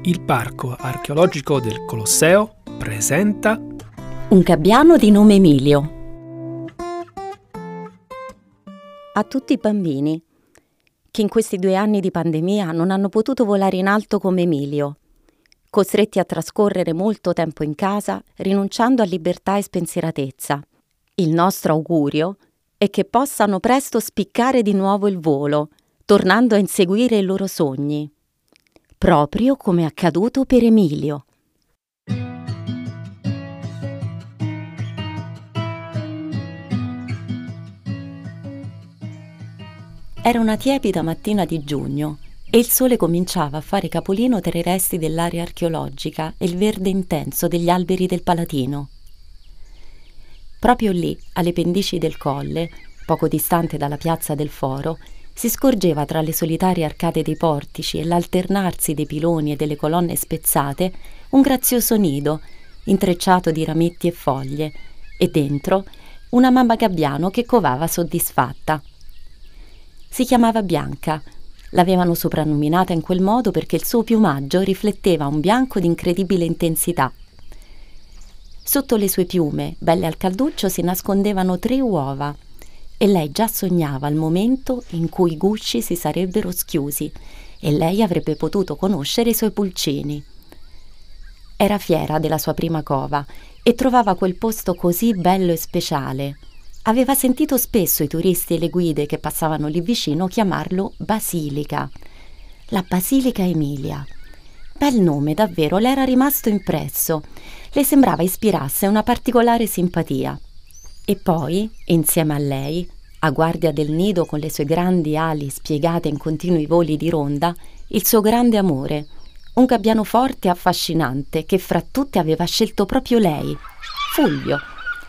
Il Parco Archeologico del Colosseo presenta Un gabbiano di nome Emilio. A tutti i bambini che in questi 2 anni di pandemia non hanno potuto volare in alto come Emilio, costretti a trascorrere molto tempo in casa, rinunciando a libertà e spensieratezza. Il nostro augurio è che possano presto spiccare di nuovo il volo, tornando a inseguire i loro sogni, proprio come è accaduto per Emilio. Era una tiepida mattina di giugno e il sole cominciava a fare capolino tra i resti dell'area archeologica e il verde intenso degli alberi del Palatino. Proprio lì, alle pendici del colle, poco distante dalla piazza del Foro, si scorgeva tra le solitarie arcate dei portici e l'alternarsi dei piloni e delle colonne spezzate un grazioso nido, intrecciato di rametti e foglie, e dentro una mamma gabbiano che covava soddisfatta. Si chiamava Bianca. L'avevano soprannominata in quel modo perché il suo piumaggio rifletteva un bianco di incredibile intensità. Sotto le sue piume, belle al calduccio, si nascondevano 3 uova e lei già sognava il momento in cui i gusci si sarebbero schiusi e lei avrebbe potuto conoscere i suoi pulcini. Era fiera della sua prima cova e trovava quel posto così bello e speciale. Aveva sentito spesso i turisti e le guide che passavano lì vicino chiamarlo Basilica. La Basilica Emilia. Bel nome, davvero, le era rimasto impresso. Le sembrava ispirasse una particolare simpatia. E poi, insieme a lei, a guardia del nido con le sue grandi ali spiegate in continui voli di ronda, il suo grande amore, un gabbiano forte e affascinante che fra tutti aveva scelto proprio lei, Fulvio.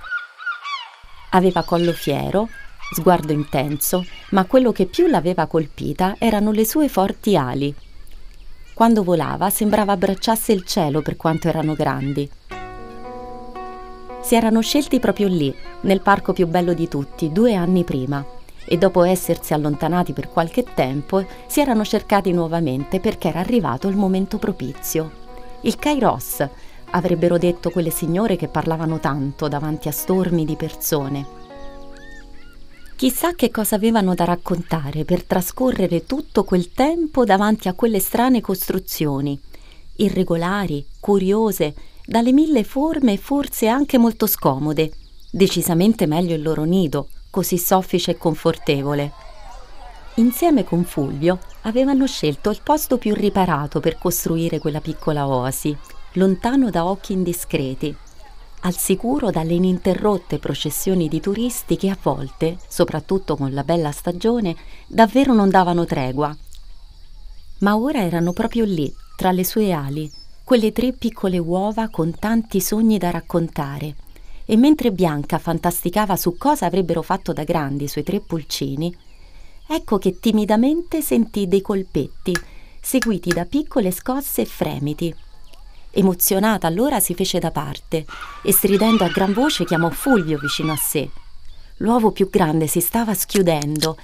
Aveva collo fiero, sguardo intenso, ma quello che più l'aveva colpita erano le sue forti ali. Quando volava sembrava abbracciasse il cielo per quanto erano grandi. Si erano scelti proprio lì, nel parco più bello di tutti, 2 anni prima, e dopo essersi allontanati per qualche tempo si erano cercati nuovamente perché era arrivato il momento propizio. Il Kairos, avrebbero detto quelle signore che parlavano tanto davanti a stormi di persone. Chissà che cosa avevano da raccontare per trascorrere tutto quel tempo davanti a quelle strane costruzioni, irregolari, curiose, dalle 1000 forme e forse anche molto scomode. Decisamente meglio il loro nido, così soffice e confortevole. Insieme con Fulvio avevano scelto il posto più riparato per costruire quella piccola oasi, lontano da occhi indiscreti, al sicuro dalle ininterrotte processioni di turisti che a volte, soprattutto con la bella stagione, davvero non davano tregua. Ma ora erano proprio lì, tra le sue ali, quelle 3 piccole uova con tanti sogni da raccontare, e mentre Bianca fantasticava su cosa avrebbero fatto da grandi i suoi 3 pulcini, ecco che timidamente sentì dei colpetti, seguiti da piccole scosse e fremiti. Emozionata allora si fece da parte e stridendo a gran voce chiamò Fulvio vicino a sé. L'uovo più grande si stava schiudendo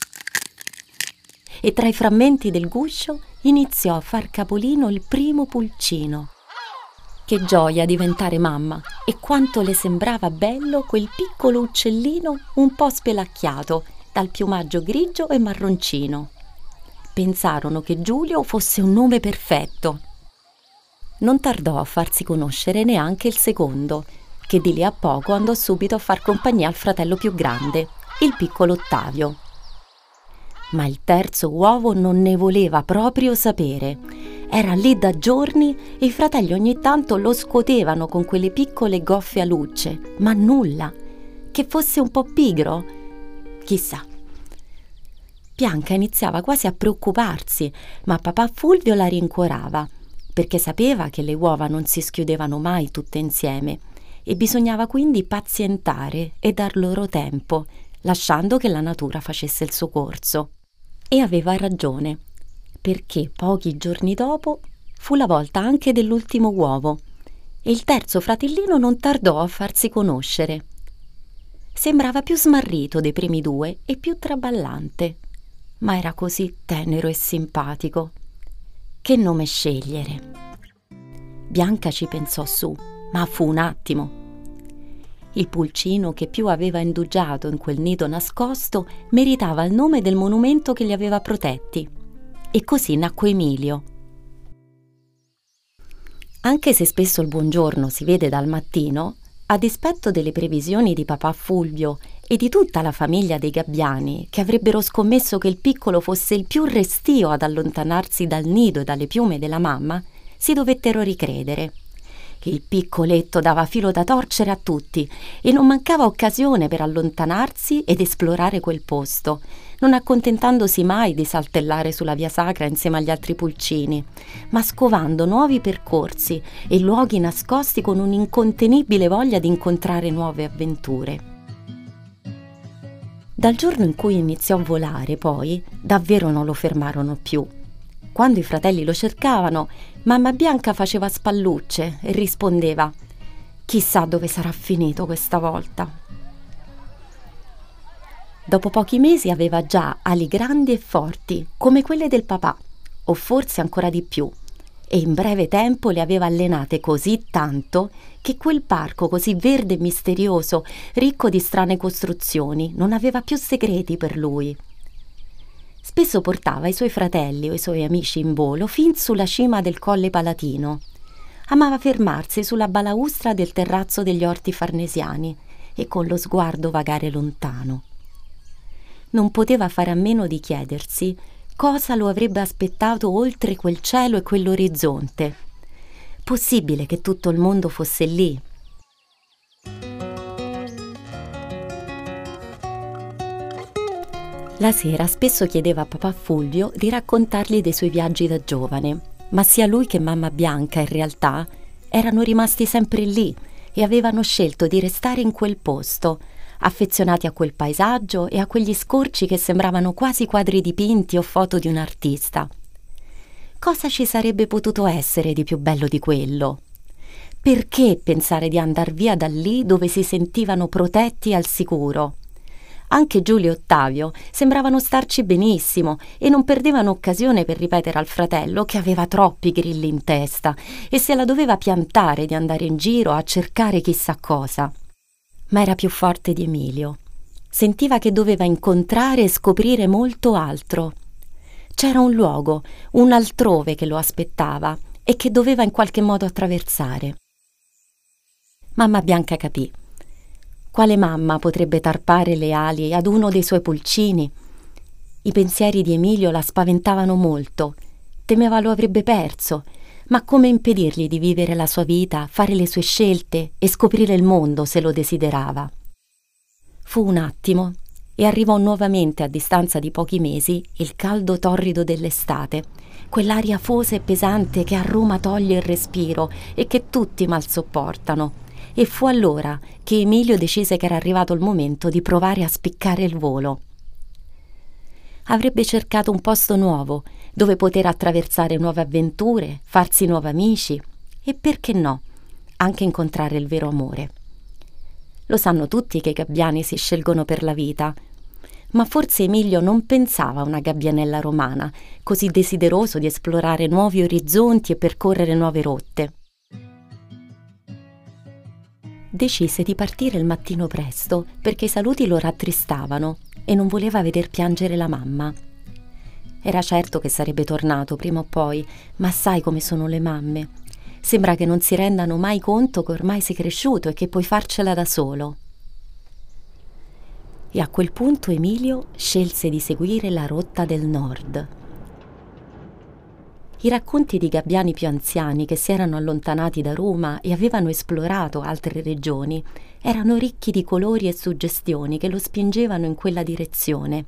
e tra i frammenti del guscio iniziò a far capolino il primo pulcino. Che gioia diventare mamma e quanto le sembrava bello quel piccolo uccellino un po' spelacchiato dal piumaggio grigio e marroncino. Pensarono che Giulio fosse un nome perfetto. Non tardò a farsi conoscere neanche il secondo, che di lì a poco andò subito a far compagnia al fratello più grande, il piccolo Ottavio. Ma il terzo uovo non ne voleva proprio sapere. Era lì da giorni e i fratelli ogni tanto lo scuotevano con quelle piccole goffie alucce, ma nulla. Che fosse un po' pigro? Chissà. Bianca iniziava quasi a preoccuparsi, ma papà Fulvio la rincuorava, perché sapeva che le uova non si schiudevano mai tutte insieme e bisognava quindi pazientare e dar loro tempo, lasciando che la natura facesse il suo corso. E aveva ragione, perché pochi giorni dopo fu la volta anche dell'ultimo uovo e il terzo fratellino non tardò a farsi conoscere. Sembrava più smarrito dei primi 2 e più traballante, ma era così tenero e simpatico. Che nome scegliere? Bianca ci pensò su, ma fu un attimo. Il pulcino che più aveva indugiato in quel nido nascosto meritava il nome del monumento che li aveva protetti. E così nacque Emilio. Anche se spesso il buongiorno si vede dal mattino, a dispetto delle previsioni di papà Fulvio e di tutta la famiglia dei Gabbiani, che avrebbero scommesso che il piccolo fosse il più restio ad allontanarsi dal nido e dalle piume della mamma, si dovettero ricredere. Il piccoletto dava filo da torcere a tutti e non mancava occasione per allontanarsi ed esplorare quel posto, non accontentandosi mai di saltellare sulla via sacra insieme agli altri pulcini, ma scovando nuovi percorsi e luoghi nascosti con un'incontenibile voglia di incontrare nuove avventure. Dal giorno in cui iniziò a volare, poi, davvero non lo fermarono più. Quando i fratelli lo cercavano, mamma Bianca faceva spallucce e rispondeva: «Chissà dove sarà finito questa volta». Dopo pochi mesi aveva già ali grandi e forti, come quelle del papà, o forse ancora di più, e in breve tempo le aveva allenate così tanto che quel parco così verde e misterioso, ricco di strane costruzioni, non aveva più segreti per lui. Spesso portava i suoi fratelli o i suoi amici in volo fin sulla cima del Colle Palatino. Amava fermarsi sulla balaustra del terrazzo degli orti farnesiani e con lo sguardo vagare lontano. Non poteva fare a meno di chiedersi cosa lo avrebbe aspettato oltre quel cielo e quell'orizzonte. Possibile che tutto il mondo fosse lì? La sera spesso chiedeva a papà Fulvio di raccontargli dei suoi viaggi da giovane, ma sia lui che mamma Bianca in realtà erano rimasti sempre lì e avevano scelto di restare in quel posto, affezionati a quel paesaggio e a quegli scorci che sembravano quasi quadri dipinti o foto di un artista. Cosa ci sarebbe potuto essere di più bello di quello? Perché pensare di andar via da lì dove si sentivano protetti e al sicuro? Anche Giulio e Ottavio sembravano starci benissimo e non perdevano occasione per ripetere al fratello che aveva troppi grilli in testa e se la doveva piantare di andare in giro a cercare chissà cosa. Ma era più forte di Emilio. Sentiva che doveva incontrare e scoprire molto altro. C'era un luogo, un altrove che lo aspettava e che doveva in qualche modo attraversare. Mamma Bianca capì. Quale mamma potrebbe tarpare le ali ad uno dei suoi pulcini? I pensieri di Emilio la spaventavano molto. Temeva lo avrebbe perso, ma come impedirgli di vivere la sua vita, fare le sue scelte e scoprire il mondo se lo desiderava? Fu un attimo e arrivò nuovamente a distanza di pochi mesi il caldo torrido dell'estate, quell'aria afosa e pesante che a Roma toglie il respiro e che tutti mal sopportano. E fu allora che Emilio decise che era arrivato il momento di provare a spiccare il volo. Avrebbe cercato un posto nuovo, dove poter attraversare nuove avventure, farsi nuovi amici e, perché no, anche incontrare il vero amore. Lo sanno tutti che i gabbiani si scelgono per la vita, ma forse Emilio non pensava a una gabbianella romana, così desideroso di esplorare nuovi orizzonti e percorrere nuove rotte. Decise di partire il mattino presto perché i saluti lo rattristavano e non voleva veder piangere la mamma. Era certo che sarebbe tornato prima o poi, ma sai come sono le mamme. Sembra che non si rendano mai conto che ormai sei cresciuto e che puoi farcela da solo. E a quel punto Emilio scelse di seguire la rotta del nord. I racconti di gabbiani più anziani che si erano allontanati da Roma e avevano esplorato altre regioni erano ricchi di colori e suggestioni che lo spingevano in quella direzione.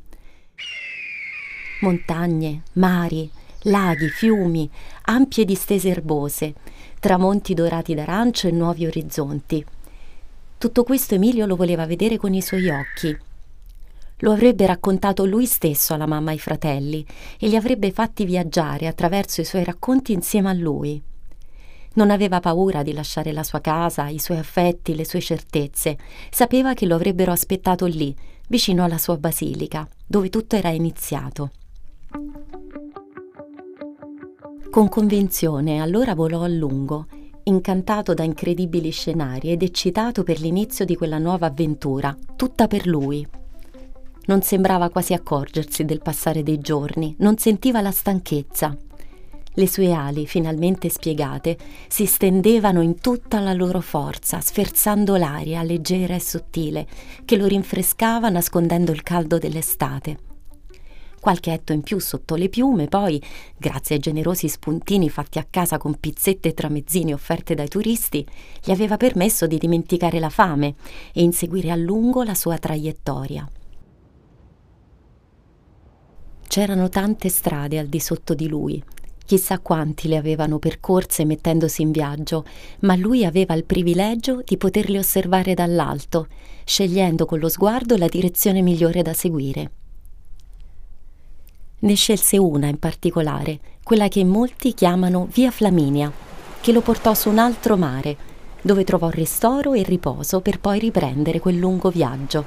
Montagne, mari, laghi, fiumi, ampie distese erbose, tramonti dorati d'arancio e nuovi orizzonti. Tutto questo Emilio lo voleva vedere con i suoi occhi. Lo avrebbe raccontato lui stesso alla mamma e ai fratelli e li avrebbe fatti viaggiare attraverso i suoi racconti insieme a lui. Non aveva paura di lasciare la sua casa, i suoi affetti, le sue certezze. Sapeva che lo avrebbero aspettato lì, vicino alla sua basilica, dove tutto era iniziato. Con convinzione allora volò a lungo, incantato da incredibili scenari ed eccitato per l'inizio di quella nuova avventura, tutta per lui. Non sembrava quasi accorgersi del passare dei giorni, non sentiva la stanchezza. Le sue ali, finalmente spiegate, si stendevano in tutta la loro forza, sferzando l'aria leggera e sottile, che lo rinfrescava nascondendo il caldo dell'estate. Qualche etto in più sotto le piume, poi, grazie ai generosi spuntini fatti a casa con pizzette e tramezzini offerte dai turisti, gli aveva permesso di dimenticare la fame e inseguire a lungo la sua traiettoria. C'erano tante strade al di sotto di lui. Chissà quanti le avevano percorse mettendosi in viaggio, ma lui aveva il privilegio di poterle osservare dall'alto, scegliendo con lo sguardo la direzione migliore da seguire. Ne scelse una in particolare, quella che molti chiamano Via Flaminia, che lo portò su un altro mare, dove trovò ristoro e riposo per poi riprendere quel lungo viaggio.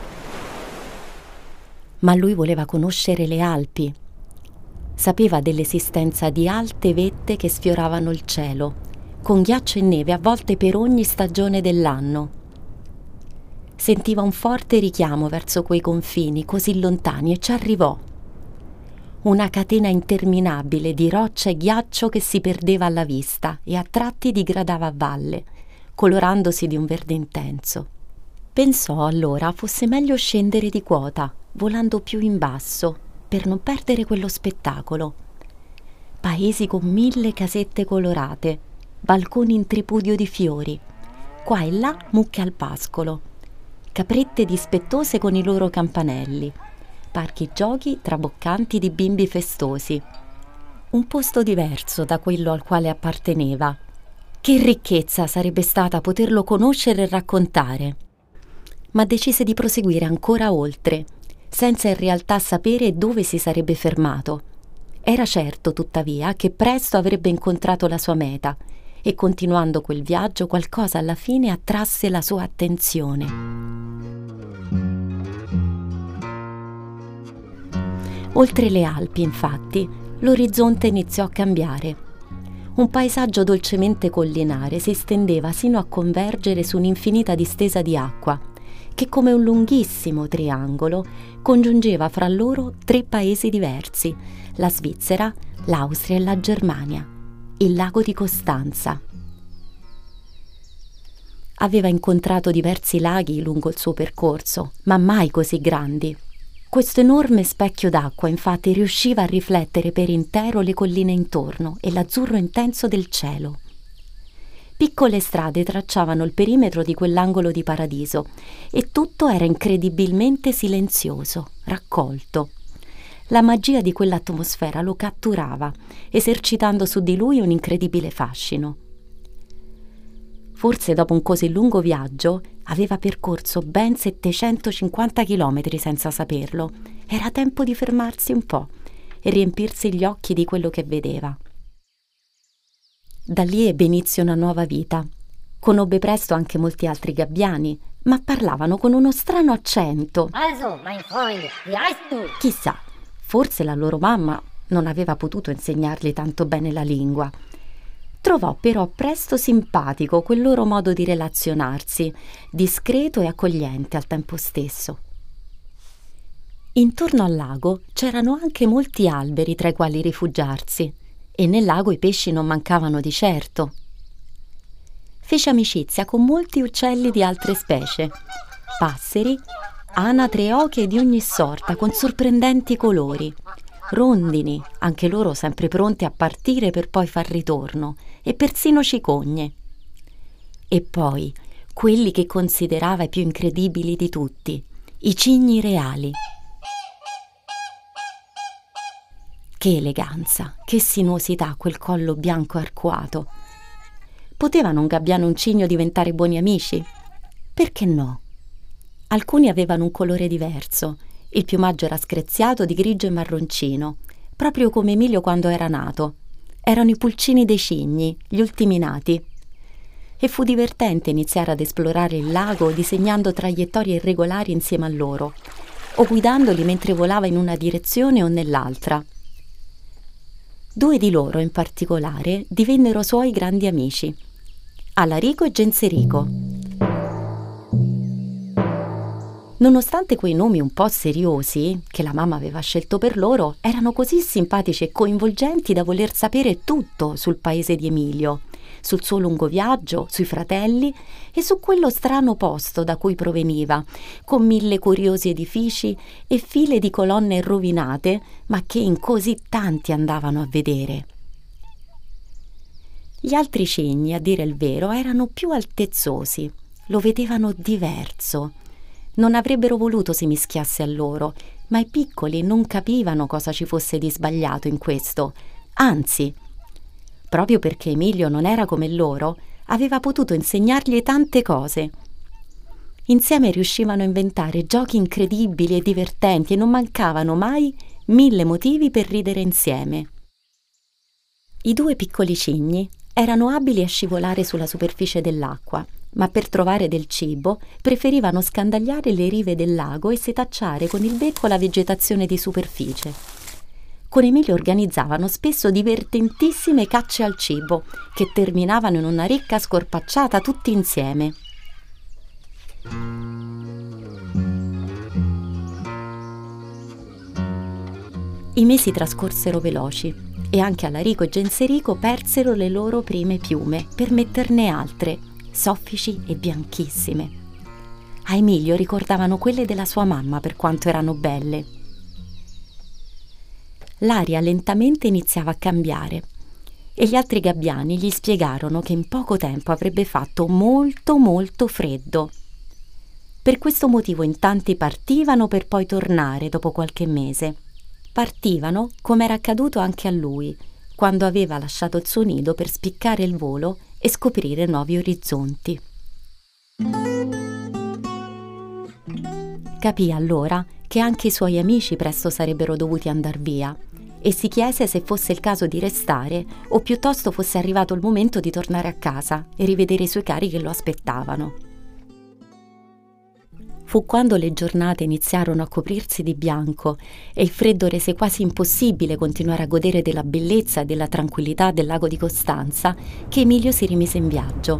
Ma lui voleva conoscere le Alpi. Sapeva dell'esistenza di alte vette che sfioravano il cielo, con ghiaccio e neve a volte per ogni stagione dell'anno. Sentiva un forte richiamo verso quei confini così lontani e ci arrivò. Una catena interminabile di roccia e ghiaccio che si perdeva alla vista e a tratti digradava a valle, colorandosi di un verde intenso. Pensò allora fosse meglio scendere di quota, volando più in basso, per non perdere quello spettacolo. Paesi con 1000 casette colorate, balconi in tripudio di fiori, qua e là mucche al pascolo, caprette dispettose con i loro campanelli, parchi giochi traboccanti di bimbi festosi. Un posto diverso da quello al quale apparteneva. Che ricchezza sarebbe stata poterlo conoscere e raccontare! Ma decise di proseguire ancora oltre, senza in realtà sapere dove si sarebbe fermato. Era certo, tuttavia, che presto avrebbe incontrato la sua meta e continuando quel viaggio qualcosa alla fine attrasse la sua attenzione. Oltre le Alpi, infatti, l'orizzonte iniziò a cambiare. Un paesaggio dolcemente collinare si stendeva sino a convergere su un'infinita distesa di acqua, che come un lunghissimo triangolo congiungeva fra loro 3 paesi diversi, la Svizzera, l'Austria e la Germania, il lago di Costanza. Aveva incontrato diversi laghi lungo il suo percorso, ma mai così grandi. Questo enorme specchio d'acqua, infatti, riusciva a riflettere per intero le colline intorno e l'azzurro intenso del cielo. Piccole strade tracciavano il perimetro di quell'angolo di paradiso e tutto era incredibilmente silenzioso, raccolto. La magia di quell'atmosfera lo catturava, esercitando su di lui un incredibile fascino. Forse dopo un così lungo viaggio aveva percorso ben 750 chilometri senza saperlo. Era tempo di fermarsi un po' e riempirsi gli occhi di quello che vedeva. Da lì ebbe inizio una nuova vita. Conobbe presto anche molti altri gabbiani, ma parlavano con uno strano accento. Also, mein Freund, wie heißt du? Chissà, forse la loro mamma non aveva potuto insegnargli tanto bene la lingua. Trovò però presto simpatico quel loro modo di relazionarsi, discreto e accogliente al tempo stesso. Intorno al lago c'erano anche molti alberi tra i quali rifugiarsi, e nel lago i pesci non mancavano di certo. Fece amicizia con molti uccelli di altre specie, passeri, anatre e oche di ogni sorta con sorprendenti colori, rondini, anche loro sempre pronti a partire per poi far ritorno, e persino cicogne. E poi quelli che considerava i più incredibili di tutti, i cigni reali. Che eleganza, che sinuosità quel collo bianco arcuato. Potevano un gabbiano e un cigno diventare buoni amici? Perché no? Alcuni avevano un colore diverso. Il piumaggio era screziato di grigio e marroncino, proprio come Emilio quando era nato. Erano i pulcini dei cigni, gli ultimi nati. E fu divertente iniziare ad esplorare il lago disegnando traiettorie irregolari insieme a loro, o guidandoli mentre volava in una direzione o nell'altra. Due di loro in particolare divennero suoi grandi amici, Alarico e Genserico. Nonostante quei nomi un po' seriosi che la mamma aveva scelto per loro, erano così simpatici e coinvolgenti da voler sapere tutto sul paese di Emilio, sul suo lungo viaggio, sui fratelli e su quello strano posto da cui proveniva, con 1000 curiosi edifici e file di colonne rovinate, ma che in così tanti andavano a vedere. Gli altri cigni, a dire il vero, erano più altezzosi, lo vedevano diverso. Non avrebbero voluto si mischiasse a loro, ma i piccoli non capivano cosa ci fosse di sbagliato in questo. Anzi, proprio perché Emilio non era come loro, aveva potuto insegnargli tante cose. Insieme riuscivano a inventare giochi incredibili e divertenti e non mancavano mai 1000 motivi per ridere insieme. I due piccoli cigni erano abili a scivolare sulla superficie dell'acqua, ma per trovare del cibo preferivano scandagliare le rive del lago e setacciare con il becco la vegetazione di superficie. Con Emilio organizzavano spesso divertentissime cacce al cibo, che terminavano in una ricca scorpacciata tutti insieme. I mesi trascorsero veloci e anche Alarico e Genserico persero le loro prime piume per metterne altre, soffici e bianchissime. A Emilio ricordavano quelle della sua mamma per quanto erano belle. L'aria lentamente iniziava a cambiare e gli altri gabbiani gli spiegarono che in poco tempo avrebbe fatto molto freddo. Per questo motivo in tanti partivano per poi tornare dopo qualche mese. Partivano come era accaduto anche a lui, quando aveva lasciato il suo nido per spiccare il volo e scoprire nuovi orizzonti. Capì allora che anche i suoi amici presto sarebbero dovuti andar via e si chiese se fosse il caso di restare o piuttosto fosse arrivato il momento di tornare a casa e rivedere i suoi cari che lo aspettavano. Fu quando le giornate iniziarono a coprirsi di bianco e il freddo rese quasi impossibile continuare a godere della bellezza e della tranquillità del lago di Costanza che Emilio si rimise in viaggio.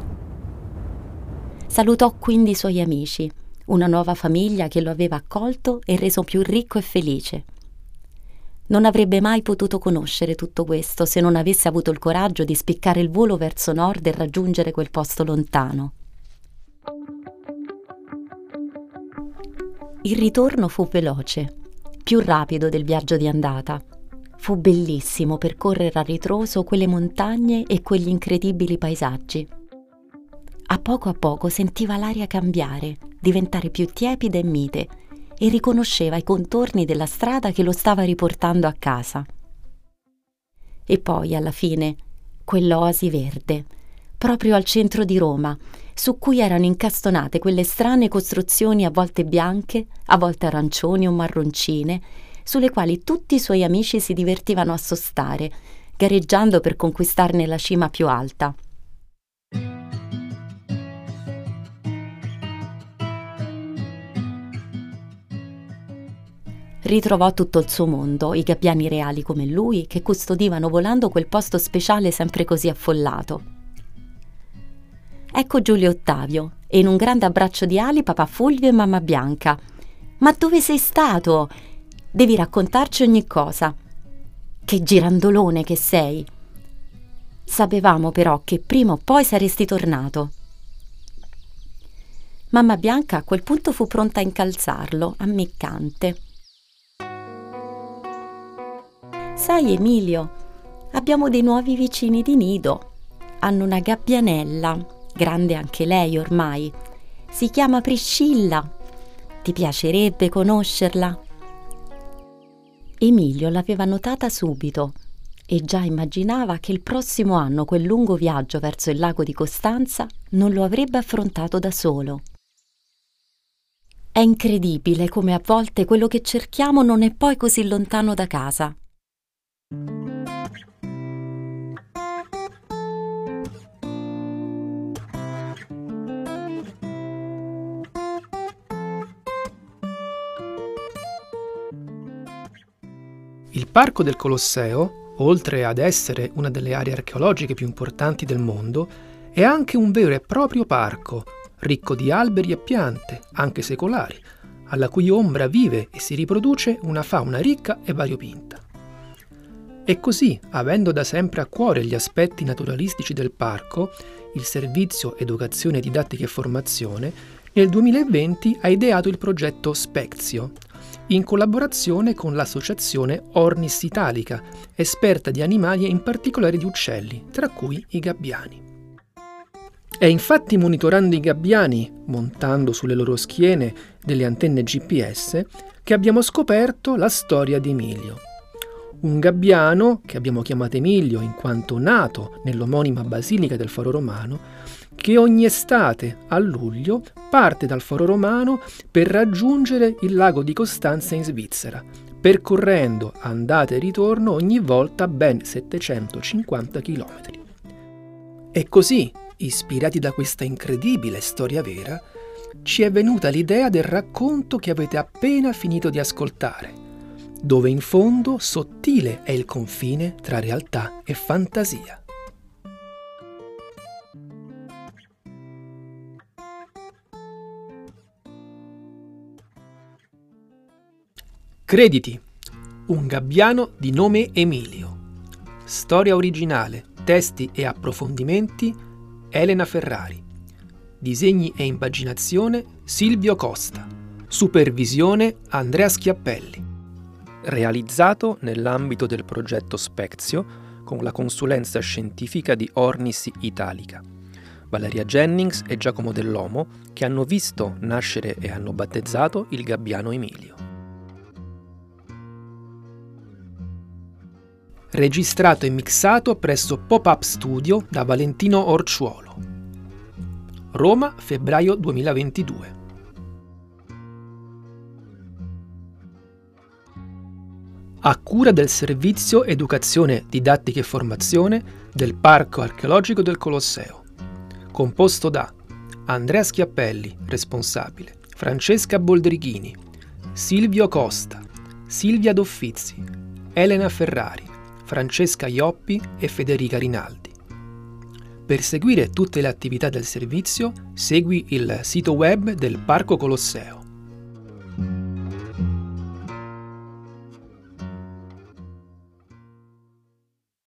Salutò quindi i suoi amici, una nuova famiglia che lo aveva accolto e reso più ricco e felice. Non avrebbe mai potuto conoscere tutto questo se non avesse avuto il coraggio di spiccare il volo verso nord e raggiungere quel posto lontano. Il ritorno fu veloce, più rapido del viaggio di andata. Fu bellissimo percorrere a ritroso quelle montagne e quegli incredibili paesaggi. A poco sentiva l'aria cambiare, diventare più tiepida e mite, e riconosceva i contorni della strada che lo stava riportando a casa. E poi, alla fine, quell'oasi verde, proprio al centro di Roma, su cui erano incastonate quelle strane costruzioni a volte bianche, a volte arancioni o marroncine, sulle quali tutti i suoi amici si divertivano a sostare, gareggiando per conquistarne la cima più alta. Ritrovò tutto il suo mondo, i gabbiani reali come lui, che custodivano volando quel posto speciale sempre così affollato. Ecco Giulio e Ottavio, e in un grande abbraccio di ali papà Fulvio e mamma Bianca. «Ma dove sei stato? Devi raccontarci ogni cosa. Che girandolone che sei!» Sapevamo però che prima o poi saresti tornato. Mamma Bianca a quel punto fu pronta a incalzarlo, ammiccante. «Sai, Emilio, abbiamo dei nuovi vicini di nido. Hanno una gabbianella, grande anche lei ormai. Si chiama Priscilla. Ti piacerebbe conoscerla?» Emilio l'aveva notata subito e già immaginava che il prossimo anno quel lungo viaggio verso il lago di Costanza non lo avrebbe affrontato da solo. È incredibile come a volte quello che cerchiamo non è poi così lontano da casa. Il Parco del Colosseo, oltre ad essere una delle aree archeologiche più importanti del mondo, è anche un vero e proprio parco, ricco di alberi e piante, anche secolari, alla cui ombra vive e si riproduce una fauna ricca e variopinta. E così, avendo da sempre a cuore gli aspetti naturalistici del parco, il Servizio Educazione, Didattica e Formazione nel 2020 ha ideato il progetto Spectio, in collaborazione con l'associazione Ornis Italica, esperta di animali e in particolare di uccelli, tra cui i gabbiani. È infatti monitorando i gabbiani, montando sulle loro schiene delle antenne GPS, che abbiamo scoperto la storia di Emilio. Un gabbiano, che abbiamo chiamato Emilio in quanto nato nell'omonima basilica del Foro Romano, che ogni estate, a luglio, parte dal Foro Romano per raggiungere il lago di Costanza in Svizzera, percorrendo andata e ritorno ogni volta ben 750 km. E così, ispirati da questa incredibile storia vera, ci è venuta l'idea del racconto che avete appena finito di ascoltare, dove in fondo sottile è il confine tra realtà e fantasia. Crediti: un gabbiano di nome Emilio. Storia originale, testi e approfondimenti Elena Ferrari. Disegni e impaginazione Silvio Costa. Supervisione Andrea Schiappelli. Realizzato nell'ambito del progetto Spectio con la consulenza scientifica di Ornis Italica. Valeria Jennings e Giacomo Dell'Omo, che hanno visto nascere e hanno battezzato il gabbiano Emilio. Registrato e mixato presso Pop-Up Studio da Valentino Orciuolo. Roma, febbraio 2022. A cura del Servizio Educazione, Didattica e Formazione del Parco Archeologico del Colosseo. Composto da Andrea Schiappelli, responsabile, Francesca Boldrighini, Silvio Costa, Silvia Doffizi, Elena Ferrari, Francesca Ioppi e Federica Rinaldi. Per seguire tutte le attività del servizio, segui il sito web del Parco Colosseo